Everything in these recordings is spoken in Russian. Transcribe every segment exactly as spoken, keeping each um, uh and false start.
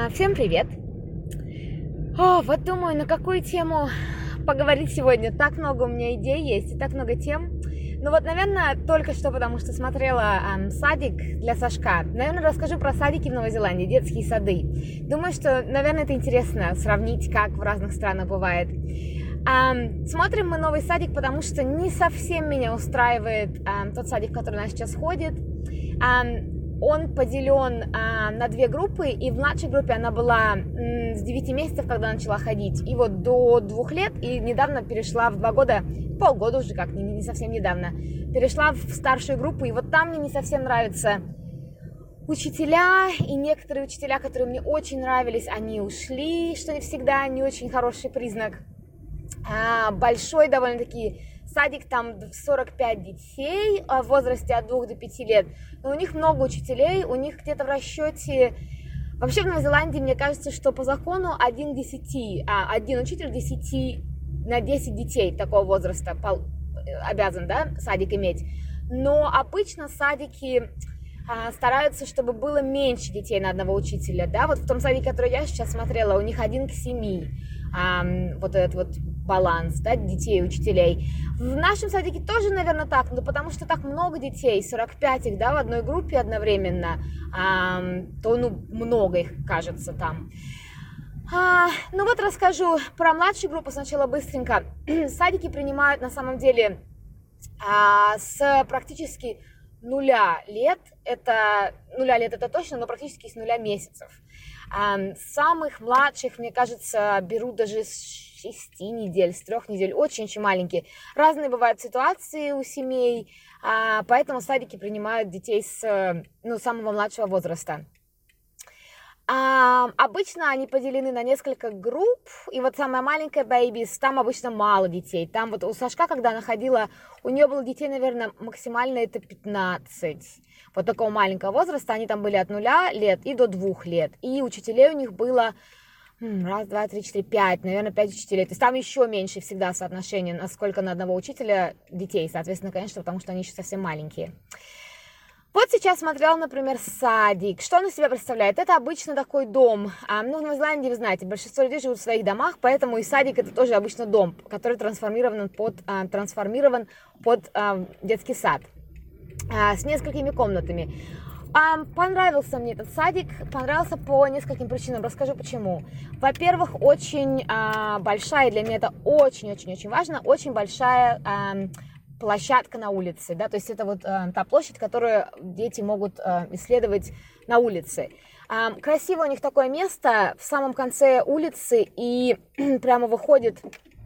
А, Всем привет! О, вот думаю, на какую тему поговорить сегодня. Так много у меня идей есть и так много тем. Ну вот, наверное, только что, потому что смотрела эм, садик для Сашка. Наверное, расскажу про садики в Новой Зеландии, детские сады. Думаю, что, наверное, это интересно сравнить, как в разных странах бывает. Эм, смотрим мы новый садик, потому что не совсем меня устраивает эм, тот садик, в который у нас сейчас ходит. Эм, Он поделен а, на две группы, и в младшей группе она была м, с девяти месяцев, когда начала ходить, и вот до двух лет, и недавно перешла в два года, полгода уже как, не, не совсем недавно, перешла в старшую группу, и вот там мне не совсем нравятся учителя, и некоторые учителя, которые мне очень нравились, они ушли, что не всегда не очень хороший признак. А, большой довольно-таки садик, там сорок пять детей в возрасте от двух до пяти лет, но у них много учителей, у них где-то в расчете, вообще в Новой Зеландии, мне кажется, что по закону один, к десяти, а, один учитель десяти на десять детей такого возраста обязан, да, садик иметь, но обычно садики а, стараются, чтобы было меньше детей на одного учителя, да, вот в том садике, который я сейчас смотрела, у них один к семи, а, вот этот вот баланс, да, детей и учителей. В нашем садике тоже, наверное, так, но потому что так много детей, сорок пять их, да, в одной группе одновременно, а, то, ну, много их, кажется, там. А, ну вот расскажу про младшую группу сначала быстренько. Садики принимают, на самом деле, а, с практически нуля лет, это, нуля лет это точно, но практически с нуля месяцев. А, самых младших, мне кажется, берут даже с шести недель, с трех недель, очень-очень маленькие. Разные бывают ситуации у семей, а, поэтому садики принимают детей с, ну, самого младшего возраста. А, обычно они поделены на несколько групп, и вот самая маленькая Babies, там обычно мало детей. Там вот у Сашка, когда она ходила, у нее было детей, наверное, максимально это пятнадцать. Вот такого маленького возраста, они там были от нуля лет и до двух лет. И учителей у них было раз, два, три, четыре, пять, наверное, пять учителей. То есть там еще меньше всегда соотношение, насколько на одного учителя детей, соответственно, конечно, потому что они еще совсем маленькие. Вот сейчас смотрела, например, садик. Что он из себя представляет? Это обычно такой дом. А, ну, в Новой Зеландии, вы знаете, большинство людей живут в своих домах, поэтому и садик это тоже обычно дом, который трансформирован под, а, трансформирован под а, детский сад а, с несколькими комнатами. А, понравился мне этот садик, понравился по нескольким причинам. Расскажу почему. Во-первых, очень а, большая, для меня это очень-очень-очень важно, очень большая а, площадка на улице, да, то есть это вот э, та площадь, которую дети могут э, исследовать на улице. Э, красиво у них такое место в самом конце улицы, и прямо выходит,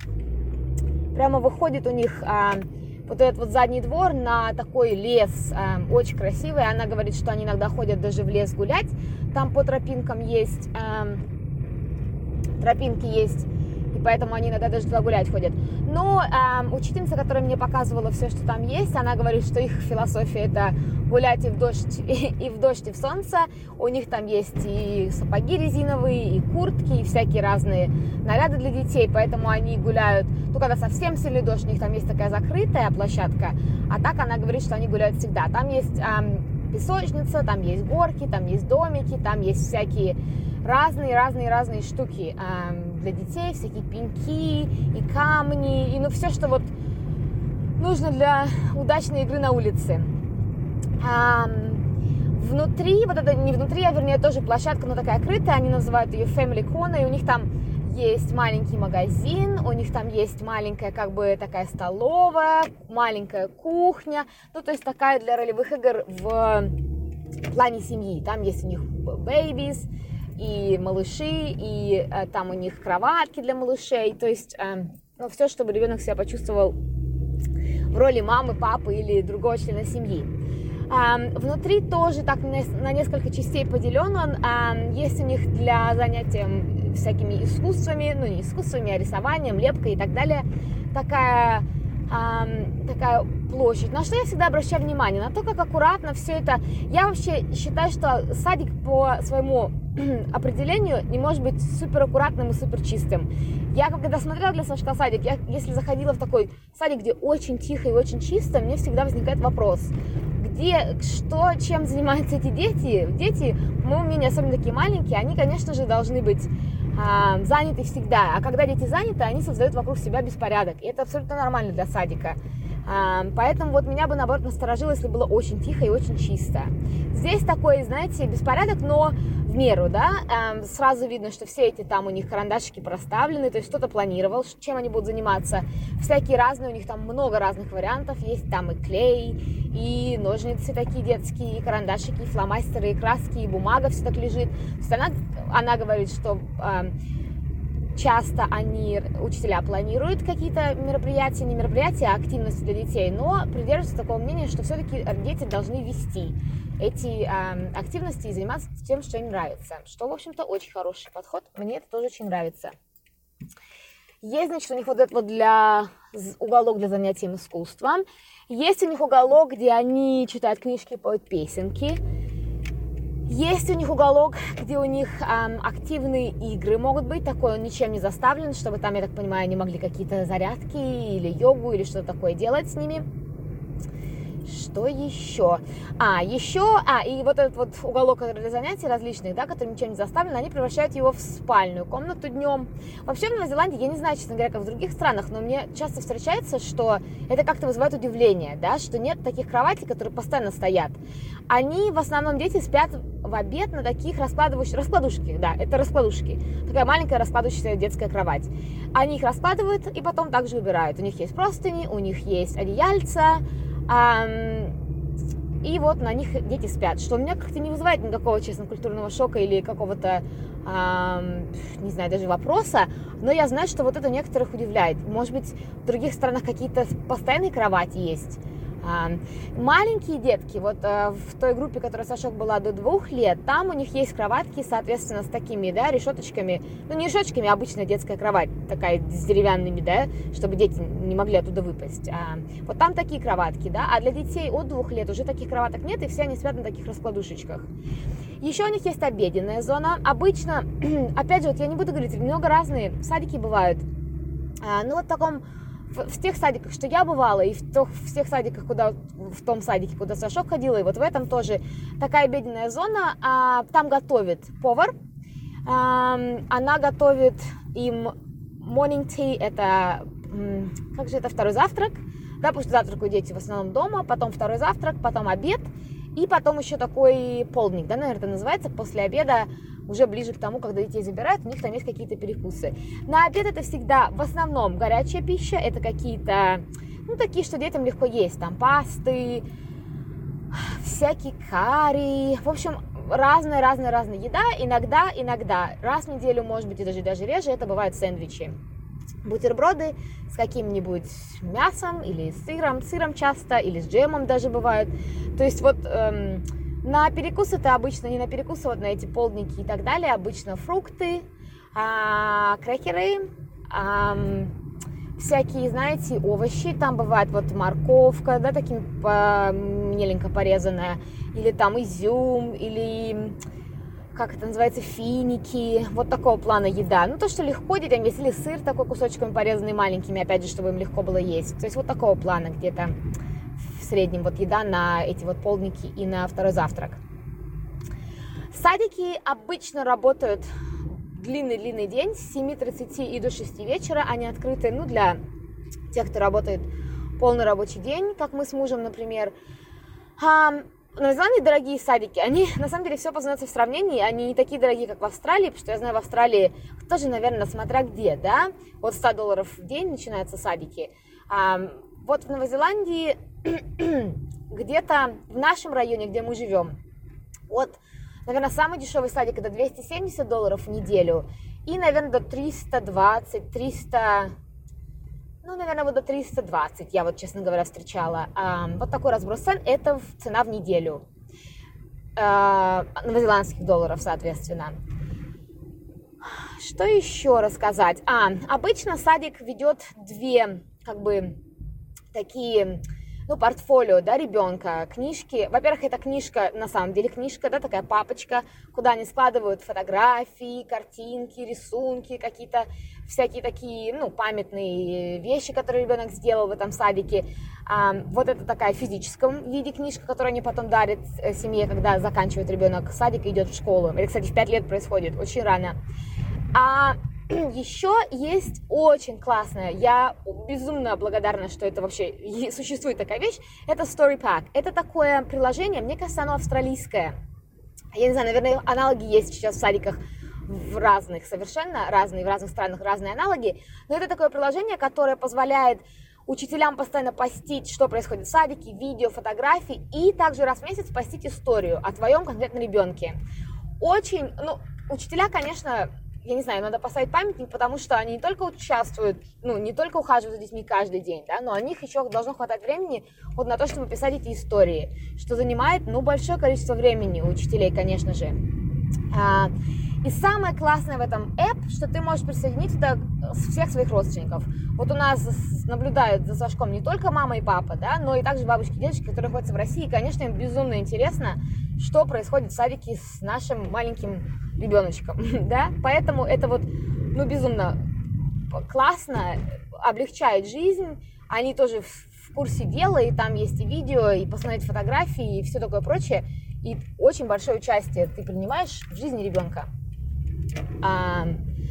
прямо выходит у них э, вот этот вот задний двор на такой лес, э, очень красивый. Она говорит, что они иногда ходят даже в лес гулять, там по тропинкам есть, э, тропинки есть, и поэтому они иногда даже туда гулять ходят. Но э, учительница, которая мне показывала все, что там есть, она говорит, что их философия это гулять и в дождь, и, и в дождь, и в солнце. У них там есть и сапоги резиновые, и куртки, и всякие разные наряды для детей, поэтому они гуляют, ну, когда совсем сильный дождь, у них там есть такая закрытая площадка, а так она говорит, что они гуляют всегда. Там есть э, песочница, там есть горки, там есть домики, там есть всякие разные-разные-разные штуки э, для детей, всякие пеньки и камни, и ну все, что вот нужно для удачной игры на улице. А, внутри, вот это не внутри, а вернее тоже площадка, но такая крытая, они называют ее Family Corner, и у них там есть маленький магазин, у них там есть маленькая как бы такая столовая, маленькая кухня, ну то есть такая для ролевых игр в плане семьи. Там есть у них Babies, и малыши, и э, там у них кроватки для малышей, то есть э, ну, все, чтобы ребенок себя почувствовал в роли мамы, папы или другого члена семьи. Э, внутри тоже так на несколько частей поделен он, э, есть у них для занятия всякими искусствами, ну не искусствами, а рисованием, лепкой и так далее, такая, э, такая площадь. На что я всегда обращаю внимание? На то, как аккуратно все это. Я вообще считаю, что садик по своему определению не может быть супер аккуратным и супер чистым. Я когда смотрела для Сашка садик, я если заходила в такой садик, где очень тихо и очень чисто, мне всегда возникает вопрос, где, что, чем занимаются эти дети. Дети, по моему мнению, особенно такие маленькие, они, конечно же, должны быть э, заняты всегда. А когда дети заняты, они создают вокруг себя беспорядок. И это абсолютно нормально для садика. Э, поэтому вот меня бы, наоборот, насторожило, если было очень тихо и очень чисто. Здесь такой, знаете, беспорядок, но в меру, да. Э, сразу видно, что все эти там у них карандашики проставлены, то есть кто-то планировал, чем они будут заниматься. Всякие разные, у них там много разных вариантов. Есть там и клей, и ножницы такие детские, и карандашики, и фломастеры, и краски, и бумага все так лежит. То есть она, она говорит, что э, часто они, учителя, планируют какие-то мероприятия, не мероприятия, а активности для детей, но придерживаются такого мнения, что все-таки дети должны вести эти э, активности и заниматься тем, что им нравится. Что, в общем-то, очень хороший подход. Мне это тоже очень нравится. Есть, значит, у них вот этот вот для уголок для занятий искусством. Есть у них уголок, где они читают книжки, поют песенки. Есть у них уголок, где у них эм, активные игры могут быть. Такой он ничем не заставлен, чтобы там, я так понимаю, они могли какие-то зарядки или йогу или что-то такое делать с ними. Что еще? А, еще, а, и вот этот вот уголок для занятий различных, да, который ничем не заставлен, они превращают его в спальную комнату днем. Вообще в Новой Зеландии, я не знаю, честно говоря, как в других странах, но мне часто встречается, что это как-то вызывает удивление, да, что нет таких кроватей, которые постоянно стоят. Они, в основном, дети спят в обед на таких раскладывающих, раскладушки, да, это раскладушки, такая маленькая раскладывающаяся детская кровать. Они их раскладывают и потом также убирают. У них есть простыни, у них есть одеяльца, и вот на них дети спят, что у меня как-то не вызывает никакого, честно, культурного шока или какого-то, не знаю, даже вопроса, но я знаю, что вот это некоторых удивляет. Может быть, в других странах какие-то постоянные кровати есть. Маленькие детки, вот в той группе, которая Сашок была до двух лет, там у них есть кроватки, соответственно, с такими, да, решеточками, ну не решеточками, а обычная детская кровать, такая с деревянными, да, чтобы дети не могли оттуда выпасть. Вот там такие кроватки, да, а для детей от двух лет уже таких кроваток нет, и все они спят на таких раскладушечках. Еще у них есть обеденная зона. Обычно, опять же, вот я не буду говорить, много разные садики бывают, ну вот в таком... В тех садиках, что я бывала, и в, тех, в тех садиках, куда, в том садике, куда Сашок ходила, и вот в этом тоже такая обеденная зона, а, там готовит повар, а, она готовит им morning tea, это, как же это, второй завтрак, да, потому что завтракают дети в основном дома, потом второй завтрак, потом обед, и потом еще такой полдник, да, наверное, это называется, после обеда, уже ближе к тому, когда детей забирают, у них там есть какие-то перекусы. На обед это всегда в основном горячая пища, это какие-то, ну, такие, что детям легко есть, там, пасты, всякие карри, в общем, разная-разная-разная еда, иногда, иногда, раз в неделю, может быть, и даже, даже реже, это бывают сэндвичи. Бутерброды с каким-нибудь мясом или с сыром, с сыром часто, или с джемом даже бывают. То есть вот эм, на перекус это обычно, не на перекус, а вот на эти полдники и так далее, обычно фрукты, а, крекеры, а, всякие, знаете, овощи, там бывает вот морковка, да, таким по, меленько порезанная, или там изюм, или... как это называется, финики, вот такого плана еда. Ну, то, что легко детям есть, или сыр такой кусочками порезанный маленькими, опять же, чтобы им легко было есть. То есть вот такого плана где-то в среднем вот еда на эти вот полдники и на второй завтрак. Садики обычно работают длинный-длинный день, с семи тридцати и до шести вечера. Они открыты, ну, для тех, кто работает полный рабочий день, как мы с мужем, например. В Новой Зеландии дорогие садики, они, на самом деле, все познается в сравнении, они не такие дорогие, как в Австралии, потому что я знаю, в Австралии тоже, наверное, смотря где, да, от ста долларов в день начинаются садики. А, вот в Новой Зеландии, где-то в нашем районе, где мы живем, вот, наверное, самый дешевый садик это двести семьдесят долларов в неделю, и, наверное, до триста двадцать, триста... Ну, наверное, вот до триста двадцать я вот, честно говоря, встречала. Вот такой разброс цен, это цена в неделю. Новозеландских долларов, соответственно. Что еще рассказать? А, обычно садик ведет две, как бы, такие ну, портфолио, да, ребенка, книжки. Во-первых, это книжка, на самом деле книжка, да, такая папочка, куда они складывают фотографии, картинки, рисунки, какие-то всякие такие, ну, памятные вещи, которые ребенок сделал в этом садике. А, вот это такая в физическом виде книжка, которую они потом дарят семье, когда заканчивает ребенок садик и идет в школу. Это, кстати, в пять лет происходит, очень рано. А еще есть очень классная, я безумно благодарна, что это вообще существует такая вещь, это Story Pack. Это такое приложение, мне кажется, оно австралийское. Я не знаю, наверное, аналоги есть сейчас в садиках в разных, совершенно разные, в разных странах разные аналоги, но это такое приложение, которое позволяет учителям постоянно постить, что происходит в садике, видео, фотографии, и также раз в месяц постить историю о твоем конкретном ребенке. Очень, ну, учителя, конечно, я не знаю, надо поставить памятник, потому что они не только участвуют, ну, не только ухаживают за детьми каждый день, да, но у них еще должно хватать времени вот на то, чтобы писать эти истории, что занимает, ну, большое количество времени у учителей, конечно же. А, и самое классное в этом app, что ты можешь присоединить туда всех своих родственников. Вот у нас наблюдают за Сашком не только мама и папа, да, но и также бабушки и дедушки, которые находятся в России. И, конечно, им безумно интересно, что происходит в садике с нашим маленьким ребеночком, да, поэтому это вот, ну, безумно классно, облегчает жизнь, они тоже в курсе дела, и там есть и видео, и посмотреть фотографии, и все такое прочее, и очень большое участие ты принимаешь в жизни ребенка. А,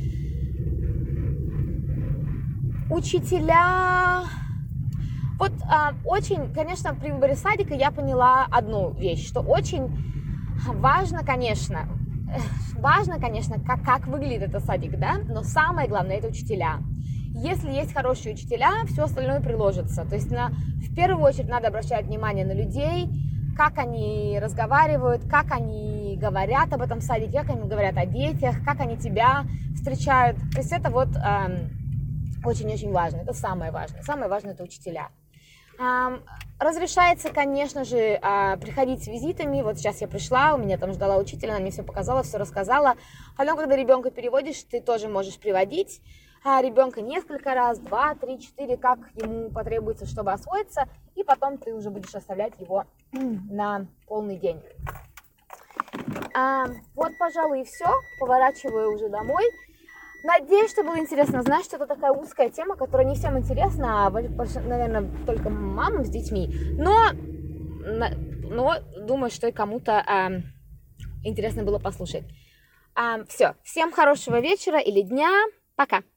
учителя... Вот а, очень, конечно, при выборе садика я поняла одну вещь, что очень важно, конечно, важно, конечно, как, как выглядит этот садик, да, но самое главное – это учителя. Если есть хорошие учителя, все остальное приложится. То есть на, в первую очередь надо обращать внимание на людей, как они разговаривают, как они говорят об этом садике, как они говорят о детях, как они тебя встречают. То есть это вот эм, очень-очень важно, это самое важное. Самое важное – это учителя. Um, разрешается, конечно же, uh, приходить с визитами. Вот сейчас я пришла, у меня там ждала учитель, она мне все показала, все рассказала. Потом, когда ребенка переводишь, ты тоже можешь приводить uh, ребенка несколько раз, два, три, четыре, как ему потребуется, чтобы освоиться, и потом ты уже будешь оставлять его на полный день. Uh, вот, пожалуй, и все. Поворачиваю уже домой. Надеюсь, что было интересно. Знаю, что это такая узкая тема, которая не всем интересна, а, наверное, только мамам с детьми. Но, но думаю, что и кому-то э, интересно было послушать. Э, все. Всем хорошего вечера или дня. Пока.